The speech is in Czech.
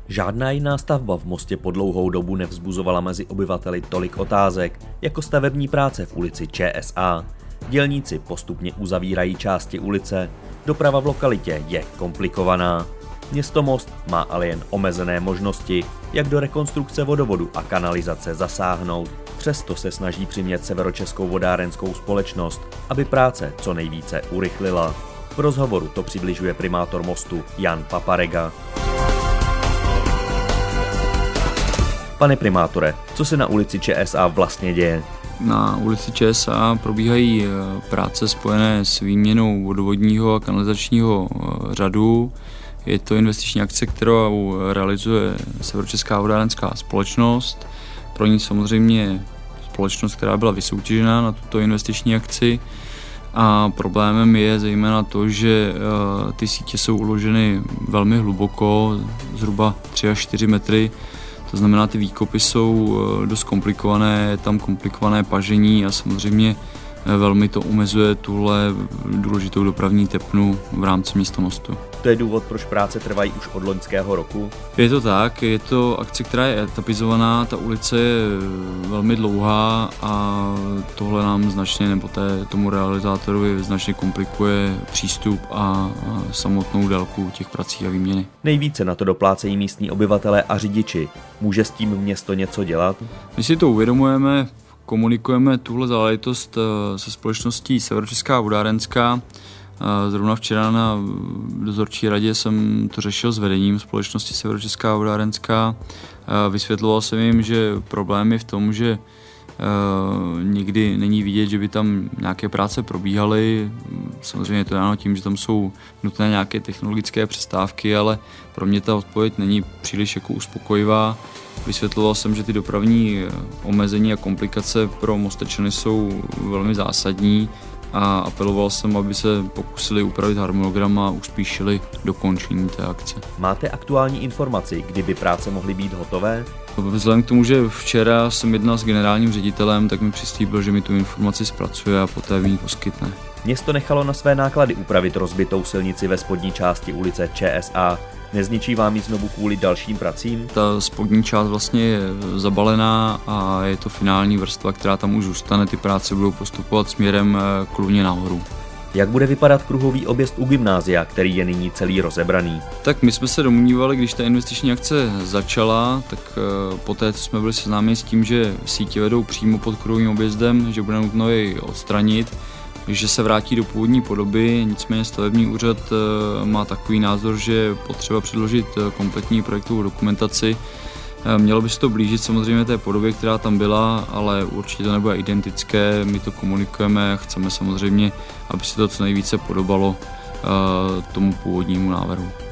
Žádná jiná stavba v Mostě po dlouhou dobu nevzbuzovala mezi obyvateli tolik otázek, jako stavební práce v ulici ČSA. Dělníci postupně uzavírají části ulice, doprava v lokalitě je komplikovaná. Město Most má ale jen omezené možnosti, jak do rekonstrukce vodovodu a kanalizace zasáhnout. Přesto se snaží přimět Severočeskou vodárenskou společnost, aby práce co nejvíce urychlila. V rozhovoru to přibližuje primátor Mostu Jan Paparega. Pane primátore, co se na ulici ČSA vlastně děje? Na ulici ČSA probíhají práce spojené s výměnou vodovodního a kanalizačního řadu. Je to investiční akce, kterou realizuje Severočeská vodárenská společnost. Pro ní samozřejmě společnost, která byla vysoutěžena na tuto investiční akci. A problémem je zejména to, že ty sítě jsou uloženy velmi hluboko, zhruba 3 až 4 metry. To znamená, ty výkopy jsou dost komplikované, je tam komplikované pažení a samozřejmě velmi to omezuje tuhle důležitou dopravní tepnu v rámci města Mostu. To je důvod, proč práce trvají už od loňského roku? Je to tak, je to akce, která je etapizovaná, ta ulice je velmi dlouhá a tohle nám značně, nebo tomu realizátorovi značně komplikuje přístup a samotnou délku těch prací a výměny. Nejvíce na to doplácejí místní obyvatelé a řidiči. Může s tím město něco dělat? My si to uvědomujeme, komunikujeme tuhle záležitost se společností Severočeská vodárenská. Zrovna včera na dozorčí radě jsem to řešil s vedením společnosti Severočeská vodárenská. Vysvětloval jsem jim, že problém je v tom, že nikdy není vidět, že by tam nějaké práce probíhaly. Samozřejmě je to dáno tím, že tam jsou nutné nějaké technologické přestávky, ale pro mě ta odpověď není příliš jako uspokojivá. Vysvětloval jsem, že ty dopravní omezení a komplikace pro Mostečany jsou velmi zásadní a apeloval jsem, aby se pokusili upravit harmonogram a uspíšili dokončení té akce. Máte aktuální informaci, kdy by práce mohly být hotové? Vzhledem k tomu, že včera jsem jednal s generálním ředitelem, tak mi přislíbil, že mi tu informaci zpracuje a poté mi ji poskytne. Město nechalo na své náklady upravit rozbitou silnici ve spodní části ulice ČSA. Nezničí vám ji znovu kvůli dalším pracím? Ta spodní část vlastně je zabalená a je to finální vrstva, která tam už zůstane. Ty práce budou postupovat směrem k Luně nahoru. Jak bude vypadat kruhový objezd u gymnázia, který je nyní celý rozebraný? Tak my jsme se domnívali, když ta investiční akce začala, tak poté jsme byli seznámeni s tím, že sítě vedou přímo pod kruhovým objezdem, že bude nutno jej odstranit, že se vrátí do původní podoby, nicméně stavební úřad má takový názor, že je potřeba předložit kompletní projektovou dokumentaci. Mělo by se to blížit samozřejmě té podobě, která tam byla, ale určitě to nebude identické, my to komunikujeme a chceme samozřejmě, aby se to co nejvíce podobalo tomu původnímu návrhu.